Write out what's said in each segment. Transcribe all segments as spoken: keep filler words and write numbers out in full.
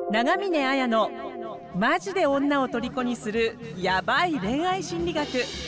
長峰綾のマジで女を虜にするヤバい恋愛心理学。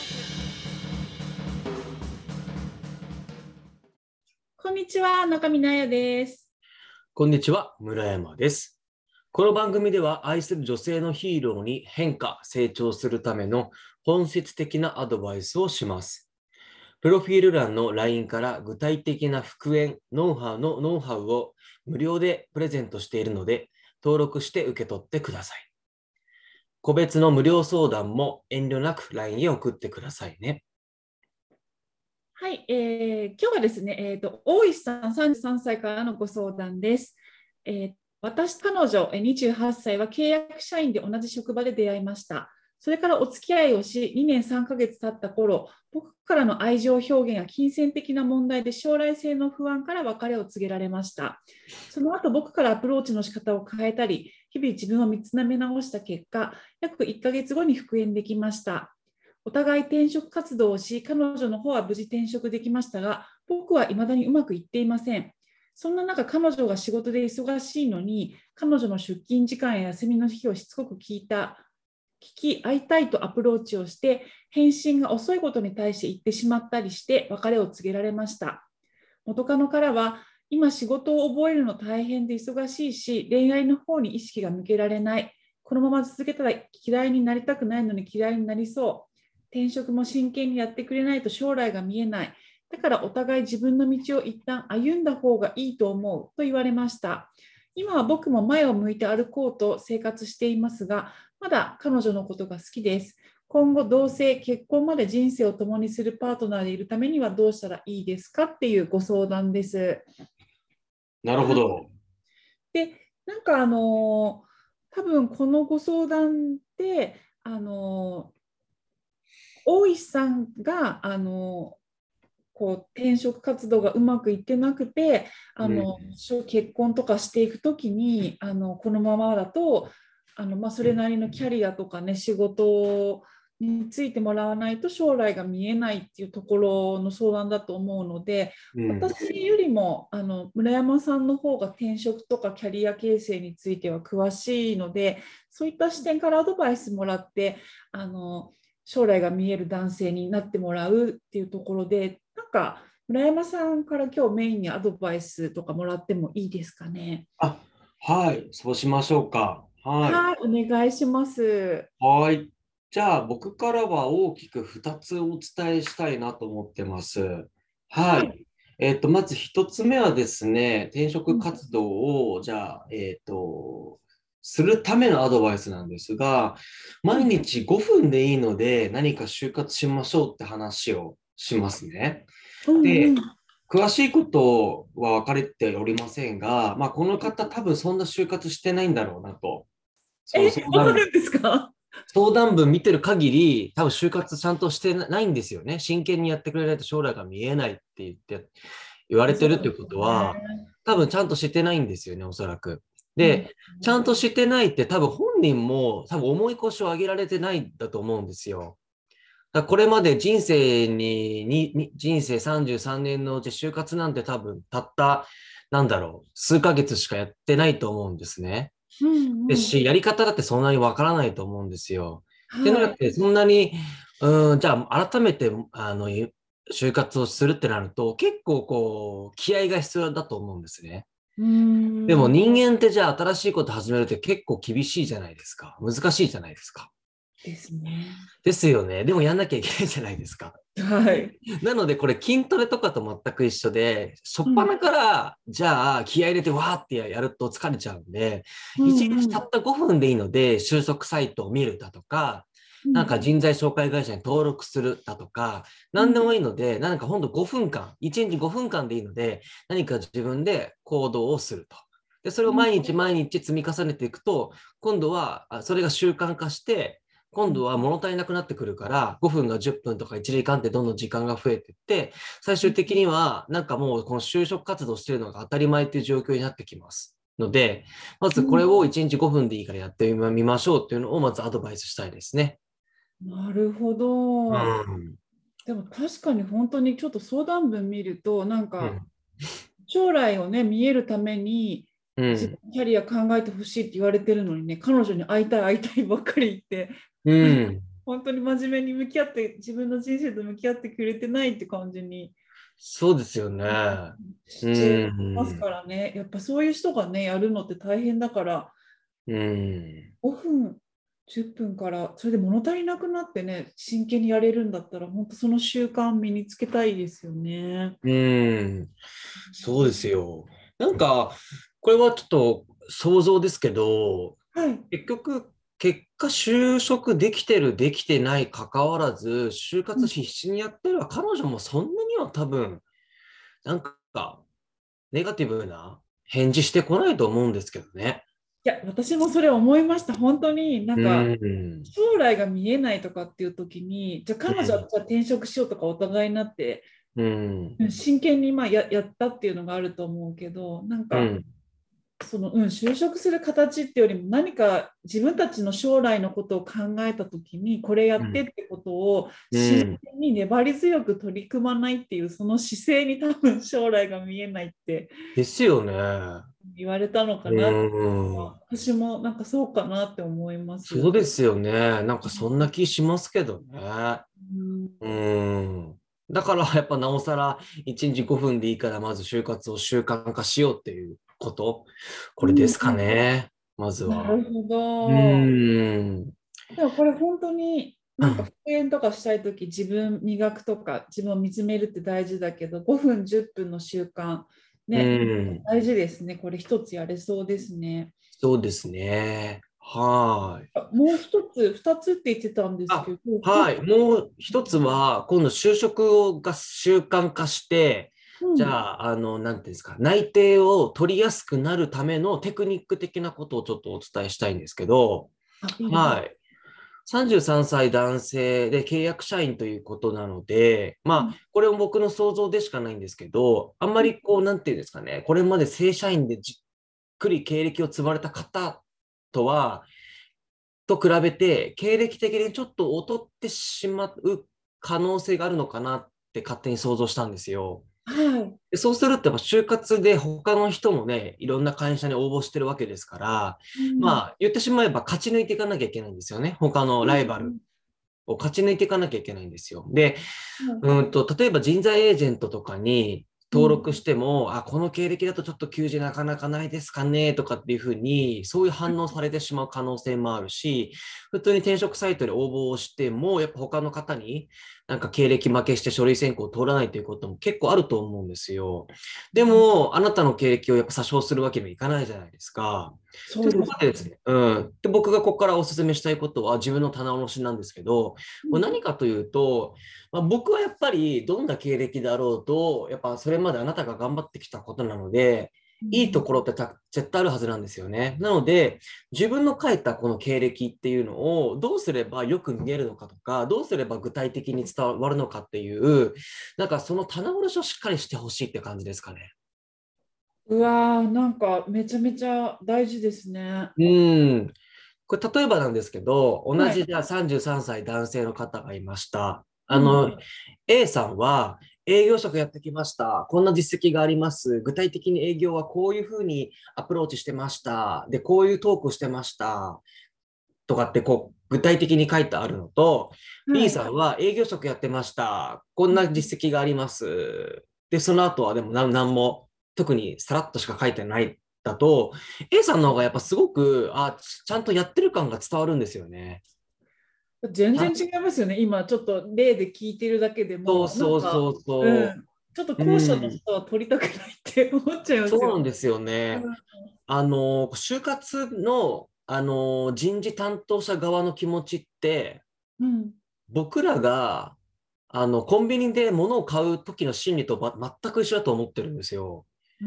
こんにちは、中峰彩です。 こんにちは、村山です。この番組では愛する女性のヒーローに変化、成長するための本質的なアドバイスをします。プロフィール欄の ライン から具体的な復縁、ノウハウのノウハウを無料でプレゼントしているので、登録して受け取ってください。個別の無料相談も遠慮なく ライン へ送ってくださいね。 はい、えー、今日はですね、えーと、大石さんさんじゅうさんさいからのご相談です。えー、私、彼女にじゅうはっさいは契約社員で同じ職場で出会いました。それからお付き合いをし、にねんさんかげつ経った頃、僕からの愛情表現や金銭的な問題で将来性の不安から別れを告げられました。その後、僕からアプローチの仕方を変えたり、日々自分を見つめ直した結果、約いっかげつごに復縁できました。お互い転職活動をし、彼女の方は無事転職できましたが、僕は未だにうまくいっていません。そんな中、彼女が仕事で忙しいのに、彼女の出勤時間や休みの日をしつこく聞いた、聞き会いたいとアプローチをして、返信が遅いことに対して言ってしまったりして、別れを告げられました。元カノからは、今仕事を覚えるの大変で忙しいし、恋愛の方に意識が向けられない。このまま続けたら嫌いになりたくないのに嫌いになりそう。転職も真剣にやってくれないと将来が見えない。だからお互い自分の道を一旦歩んだ方がいいと思うと言われました。今は僕も前を向いて歩こうと生活していますが、まだ彼女のことが好きです。今後同棲、結婚まで人生を共にするパートナーでいるためにはどうしたらいいですかっていうご相談です。 なるほど。 で、なんかあの、多分このご相談で、あの、大石さんがあのこう転職活動がうまくいってなくて、あの、うん、結婚とかしていくときにあのこのままだとあの、まあ、それなりのキャリアとかね、仕事についてもらわないと将来が見えないっていうところの相談だと思うので、うん、私よりもあの村山さんの方が転職とかキャリア形成については詳しいので、そういった視点からアドバイスもらってあの将来が見える男性になってもらうっていうところで、なんか村山さんから今日メインにアドバイスとかもらってもいいですかね。 あ、はい、そうしましょうか。はい。 はい、お願いします。 はい。じゃあ、僕からは大きくふたつお伝えしたいなと思ってます。ははい。 い。えっと、まずひとつめはですね、転職うん、 活動を、じゃあ、えっと、するためのアドバイスなんですが、毎日ごふんでいいので何か就活しましょうって話をしますね。 うんうで、 ん、 詳しいことは分かれておりませんが、まあ、この方多分そんな就活してないんだろうなと。そのえ、 相談わかるんですか？ 相談文見てる限り、多分就活ちゃんとしてないんですよね。真剣にやってくれないと将来が見えないって言って、言われてるってこそうですとは、 ね。 多分ちゃんとしてないんですよね、おそらく。 うん、 で、ちゃんとしてないって多分本人も多分重い腰を上げられてないんだと思うんですよ。だからこれまで人生に、に、に人生さんじゅうさんねんのうち就活なんて多分たった、なんだろう、数ヶ月しかやってないと思うんですね。 うんうん、 ですし、やり方だってそんなにわからないと思うんですよ。ってなはい。 って、そんなに、うん、じゃあ改めて、あの、就活をするってなると、結構こう、気合が必要だと思うんですね。 うーでもん、 人間ってじゃあ新しいこと始めるって結構厳しいじゃないですか。難しいじゃないですか。 ですね。 ですよね。でもやんなきゃいけないじゃないですか。 はい。 なのでこれ筋トレとかと全く一緒で、初っうん端から、じゃあ気合入れてわーってやると疲れちゃうんで、 うんいちにちたったごふんでいいので、就職サイトを見るだとか、なんうんか人材紹介会社に登録するだとか、 うん何でもいいので、なんかほんとごふんかん、いちにちごふんかんでいいので、何か自分で行動をすると。で、それをうん毎日毎日積み重ねていくと、今度はそれが習慣化して、今度は物足りなくなってくるから、ごふんがじゅっぷんとかいちじかんってどんどん時間が増えていって、最終的にはなんかもうこの就職活動してるのが当たり前っていう状況になってきます。ので、まずこれをいちにちごふんでいいからやってみましょうっていうのをまずアドバイスしたいですね。 なるほうど。 ん。 でも確かに本当にちょっと相談文見ると、なんかうん。 将来をね、見えるために、 自分うん。 のキャリア考えてほしいって言われてるのにね、彼女に会いたい会いたいばっかり言って、 うん。 本当に真面目に向き合って、自分の人生と向き合ってくれてないって感じにそうですよね。うしちゃいますん。 からね。やっぱそういう人がね、やるのって大変だから、 うん。 ごふん、じゅっぷんから、それで物足りなくなってね、真剣にやれるんだったら、本当その習慣身につけたいですよね。 うん。そうですよ。なんか、これはちょっと想像ですけど、 はい。 結局、結果就職できてる、できてないかかわらず、就うん、 活必死にやってるわ。彼女もそんなには多分、なんか、ネガティブな返事してこないと思うんですけどね。 いや、私もそれ思いました。本当になんうか、 ん。 将来が見えないとかっていう時に、じゃあ彼女はうん。 じゃあ転職しようとかお互いになって、 うん。 うん真剣にまあや、やったっていうのがあると思うけど、なんか、 うん。 その、うん、就職する形ってよりも何か自分たちの将来のことを考えた時にこれやってってことを真うん。 剣に粘り強く取り組まないっていうその姿勢に多分将来が見えないってですよね。 言われたのかうなってん。 私もなんかそうかなって思います。 そうですよね。なんかそんな気しますけどね。 うん、 うん。だからやっぱなおさらいちにちごふんでいいからまず就活を習慣化しようっていうこと。これですかうん、 ね。まずは。 なるほうど。 ん。 でもこれ本当になんか復縁とかしたいとき自分磨くとか自分を見つめるって大事だけどごふんじゅっぷんの習慣うねん。 大事ですね。これ一つやれそうですね。 そうですね。はい。 あもう一つ二つって言ってたんですけあ、 ど二つ、 はい。もう一つは、今度就職をが習慣化して、じゃうん、 あ、あの、なんていうんですか、内定を取りやすくなるためのテクニック的なことをちょっとお伝えしたいんですけど、 あ、いいです。 はい。さんじゅうさんさい男性で契約社員ということなので、まあ、これも僕の想像でしかないんですけど、あんまりこう、なんていうんですかね、これまで正社員でじっくり経歴を積まれた方とは、と比べて、経歴的にちょっと劣ってしまう可能性があるのかなって勝手に想像したんですよ。 はい。 でそうすると、やっぱ就活で他の人もね、いろんな会社に応募してるわけですから、 うん、 まあ、言ってしまえば勝ち抜いていかなきゃいけないんですよね。他のライバルを勝ち抜いていかなきゃいけないんですよ。で、うんと、例えば人材エージェントとかに登うん、 録しても、あ、この経歴だとちょっと求人なかなかないですかねとかっていうふうに、そういう反応されてしまう可能性もあるし、普通に転職サイトで応募をしても、やっぱ他の方になんか経歴負けして書類選考を通らないということも結構あると思うんですよ。でも、あなたの経歴をやっぱ詐称するわけにはいかないじゃないですか。で、そこそうです。 でですね、うん。で、僕がここからお勧めしたいことは自分の棚卸しなんですけど、これ何かというと、まあ、僕はやっぱりどんな経歴であろうと、やっぱそれまであなたが頑張ってきたことなので、いいところってた絶対あるはずなんですよね。なので、自分の書いたこの経歴っていうのをどうすればよく見えるのかとか、どうすれば具体的に伝わるのかっていう、なんかその棚卸しをしっかりしてほしいって感じですかね。 うわー、なんかめちゃめちゃ大事ですね。 うん。これ例えばなんですけど、同はい。 じじゃあさんじゅうさんさい男性の方がいました。あうん、 の、A さんは営業職やってきました。こんな実績があります。具体的に営業はこういうふうにアプローチしてました。で、こういうトークしてました。とかってこう、具体的に書いてあるのと、 は B い。 さんは営業職やってました。こんな実績があります。で、その後はでも何何も特にさらっとしか書いてないだと、A さんの方がやっぱすごく、あ、ちゃんとやってる感が伝わるんですよね。 全然違いますよね。今ちょっと例で聞いてるだけでそうも、なんか、 そうそうそうん、ちょっとう。 後者のうん。 人は取りたくないって思っちゃいますよね。 そうなんですよね。あの、就活の、あの、人事担当者側の気持ちって、 うん、 僕らが、あの、コンビニで物を買う時の心理とば全く一緒だと思ってるんですよ。 うん、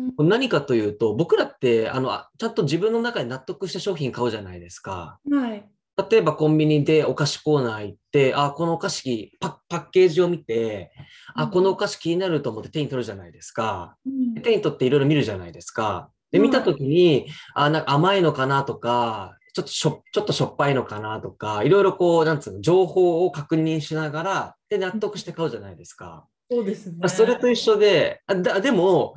うん、 何かというと、僕らって、あの、あちゃんと自分の中で納得した商品買うじゃないですか。 はい。 例えばコンビニでお菓子コーナー行って、あ、このお菓子パ、パッケージを見て、あ、 うん、 このお菓子気になると思って手に取るじゃないですか。 うん、 手に取っていろいろ見るじゃないですか。で、見たはい。 ときに、あ、なんか甘いのかなとか、ちょっとしょ、ちょっとしょっぱいのかなとか、いろいろこう、なんつうの、情報を確認しながら、で、納得して買うじゃないですか。 そうですそれね。 と一緒で、あだ、でも、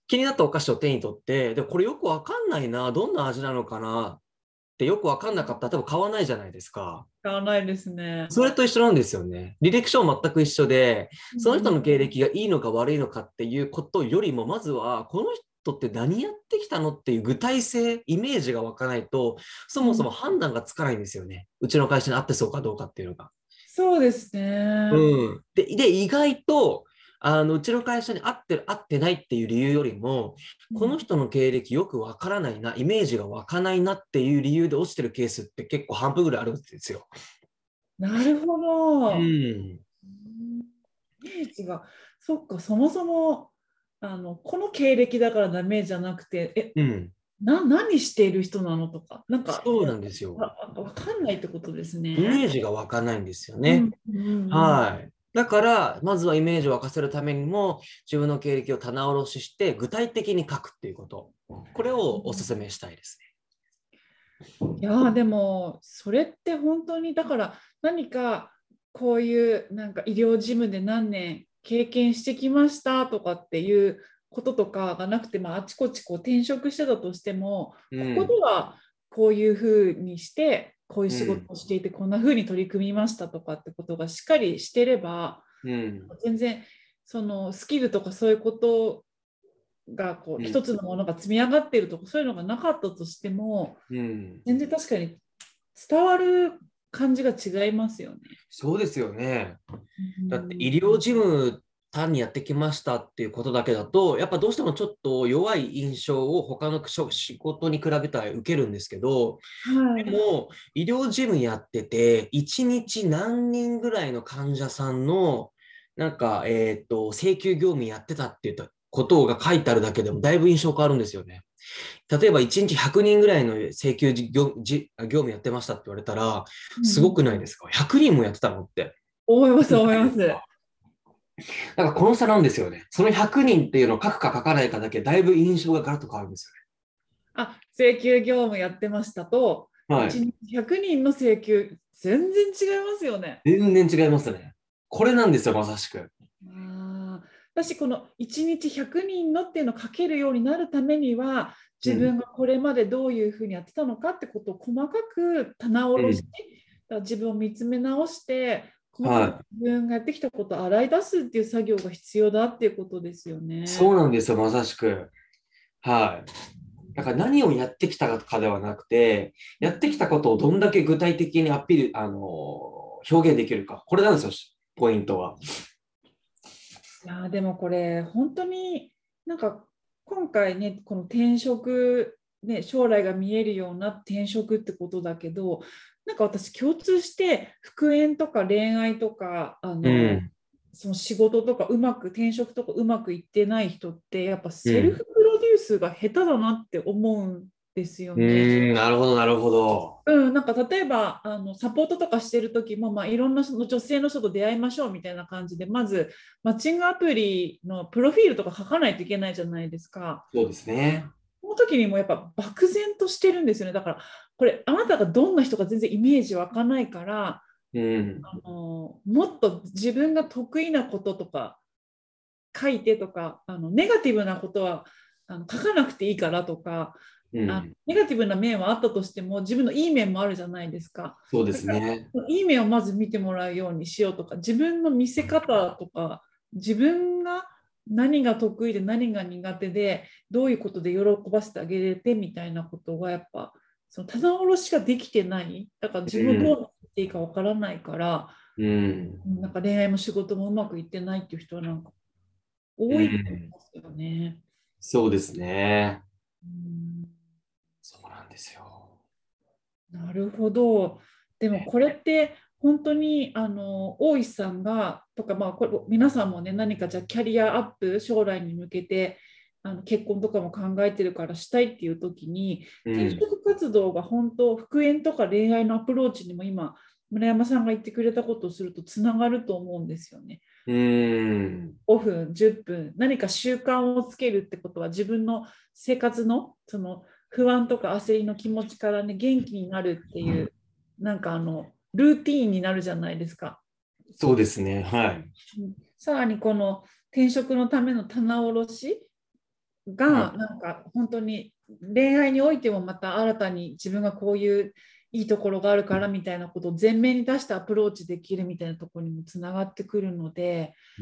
気になったお菓子を手に取って、で、これよくわかんないな、どんな味なのかなってよくわかんなかったら多分買わないじゃないですか。 買わないですね。 それと一緒なんですよね。履歴書も全く一緒で、その人の経うん歴がいいのか悪いのかっていうことよりも、まずは、この人って何やってきたのっていう具体性、イメージが湧かないと、そもそも判断がつかないんですよね。うちの会社に合ってそうかどうかっていうのが。 そうですね。 うん。で、で、意外と、あの、うちの会社に合ってる、合ってないっていう理由よりも、この人の経歴よくわからないな、イメージが湧かないなっていう理由で落ちてるケースって結構半分ぐらいあるんですよ。 なるほうど。 ん。 イメージが、そっか、そもそもあのこの経歴だからダメじゃなくて、え、 うん。 な、何している人なのとか、なんか、 そうなんですよ。 わわかんないってことですイメね。 ージが湧かないんですよね。 うんうんうん。 はい。だから、まずはイメージを沸かせるためにも、自分の経歴を棚卸しして、具体的に書くっていうこと。これをお勧めしたいですいやーでもそれって本当にだから何かこういうなんか医療事務で何年経験してきましたとかっていうこととかがなくて、まあ、あちこちこう転職してたとしてもね。うここでん。 はこういうふうにしてこういう仕事うん。 をしていてこんなふうに取り組みましたとかってことがしっかりしてればうん。 全然そのスキルとかそういうことがこううん。 一つのものが積み上がっているとかそういうのがなかったとしてもうん。 全然確かに伝わる感じが違いますよね。 そうですよね。だって医療うん、 事務単にやってきましたっていうことだけだと、やっぱどうしてもちょっと弱い印象を他の仕事に比べたら受けるんですけど、 はい。 でも医療事務やってて、いちにち何人ぐらいの患者さんの、なんか、えっと、請求業務やってたって言ったことが書いてあるだけでもだいぶ印象変わるんですよね。例えばいちにちひゃくにんぐらいの請求業業務やってましたって言われたら、すごうん、 くないですか？ ひゃく 人もやってたのって。 思います、思います。 だからこの差なんですよね。そのひゃくにんっていうのを書くか書かないかだけ、だいぶ印象がガラッと変わるんですあ、請求業務やってましたと、 よね。は 1 い。 日ひゃくにんの請求、全然違いますよね。 全然違いますね。これなんですよ、まさしく。 あ私、このいちにちひゃくにんのっていうのを書けるようになるためには、 うん。 自分がこれまでどういうふうにやってたのかってことを細かく棚卸し、 うん。 だから自分を見つめ直して、細かくはい。 自分がやってきたことを洗い出すっていう作業が必要だっていうことですよね。 そうなんですよ、まさしく。はい。だから何をやってきたかではなくて、やってきたことをどんだけ具体的にアピール、あの、表現できるか。これなんですよ、ポイントは。 いやーでもこれ本当になんか今回ねこの転職、ね、将来が見えるような転職ってことだけどなんか私共通して復縁とか恋愛とかあのうん。 その仕事とかうまく転職とかうまくいってない人ってやっぱセルうん。 フプロデュースが下手だなって思うんですようね。 ーん、なるほど、なるほど。 うん、なんか例えばあのサポートとかしてる時も、まあ、いろんなその女性の人と出会いましょうみたいな感じでまずマッチングアプリのプロフィールとか書かないといけないじゃないですか。 そうですね。 その時にもやっぱ漠然としてるんですよね。だからこれあなたがどんな人か全然イメージ湧かないからうん。 あのもっと自分が得意なこととか書いてとかあのネガティブなことはあの書かなくていいからとかあうん。 ネガティブな面はあったとしても自分のいい面もあるじゃないですか。 そうでだからすね。 いい面をまず見てもらうようにしようとか自分の見せ方とか自分が何が得意で何が苦手でどういうことで喜ばせてあげれてみたいなことがやっぱその棚卸しができてないだから自分をどううん。 なっていいかわからないからうん。 なんか恋愛も仕事もうまくいってないっていう人はなんかう多いと思いん。 ますよね。 そうですね。 うんそうなんですよ。 なるほど。でもこれって本当にあの大石さんがとか、まあ、これ皆さんもね何かじゃあキャリアアップ将来に向けてあの結婚とかも考えてるからしたいっていう時に転うん。 職活動が本当復縁とか恋愛のアプローチにも今村山さんが言ってくれたことをするとつながると思うんですよね。 うん。 ごふん、じゅっぷん、何か習慣をつけるってことは自分の生活のその不安とか焦りの気持ちからね、元気になるっていう、なんかあの、ルーティーンになるじゃないですか。 そうですね。はい。 うんさらにこの転職のための棚卸しがなんか本当に恋愛においてもまた新たに自分がこういういいところがあるからみたいなことを前面に出してアプローチできるみたいなところにもつながってくるので、 うん。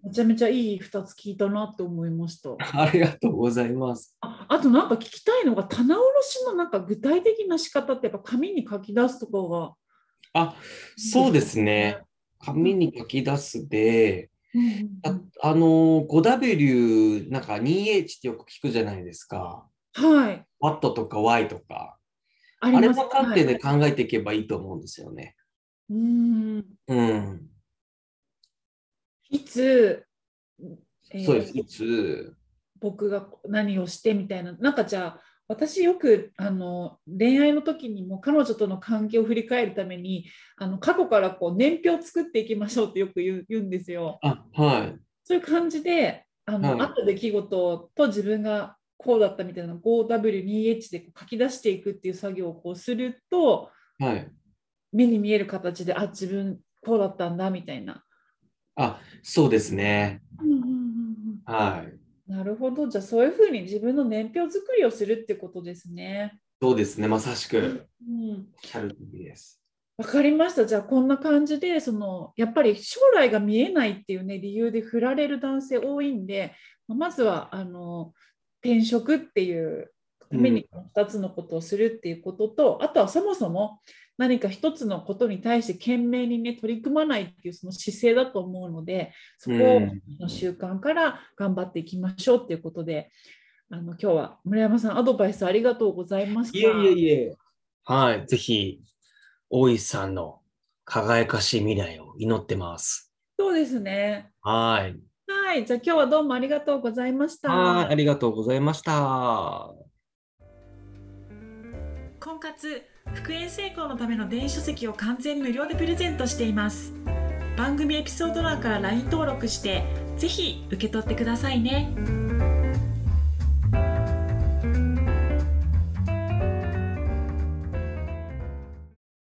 めちゃめちゃいいふたつ聞いたなって思いました。 ありがとうございます。 あ、あとなんか聞きたいのが棚卸しのなんか具体的な仕方ってやっぱ紙に書き出すとかが。 あ、そうですね。紙に書き出すで、 うんうんうんあ、あの、ファイブダブリュー、なんか ツーエイチ ってよく聞くじゃないですか。 はい。 What とか Y とか。 あります。 あれも観点はい。 で考えていけばいいと思うんですよね。 うーん。 うん。 いつ、えそうです。 ーいつ、 僕が何をしてみたいな、なんかじゃあ、私よくあの恋愛の時にも彼女との関係を振り返るためにあの過去からこう年表を作っていきましょうってよく言う、言うんですよ。 あ、はい。 そういう感じであの、あはい。 った出来事と自分がこうだったみたいな ファイブダブリューツーエイチ でこう書き出していくっていう作業をこうするとはい。 目に見える形であ自分こうだったんだみたいな。 あ、そうですね。 うんうんうんうんはい。 なるほど。じゃあそういうふうに自分の年表作りをするってことですね。 そうですね。まさしく、 うん、 おっしゃる通りです。 わかりました。じゃあこんな感じでそのやっぱり将来が見えないっていうね理由で振られる男性多いんで、まずはあの転職っていうためにふたつのことをするっていうことと、あとはそもそも何か一つのことに対して懸命にね取り組まないっていうその姿勢だと思うので、そこの習慣から頑張っていきましょうっていうことで、あの今日は村山さんアドバイスありがとうございました。 いえいえいえ。はい。ぜひ、大石さんの輝かしい未来を祈ってます。 そうですね。 はい。 はい。じゃあ今日はどうもありがとうございました。 はい。ありがとうございました。 婚活復縁成功のための電子書籍を完全無料でプレゼントしています。番組エピソード欄から ライン 登録してぜひ受け取ってくださいね。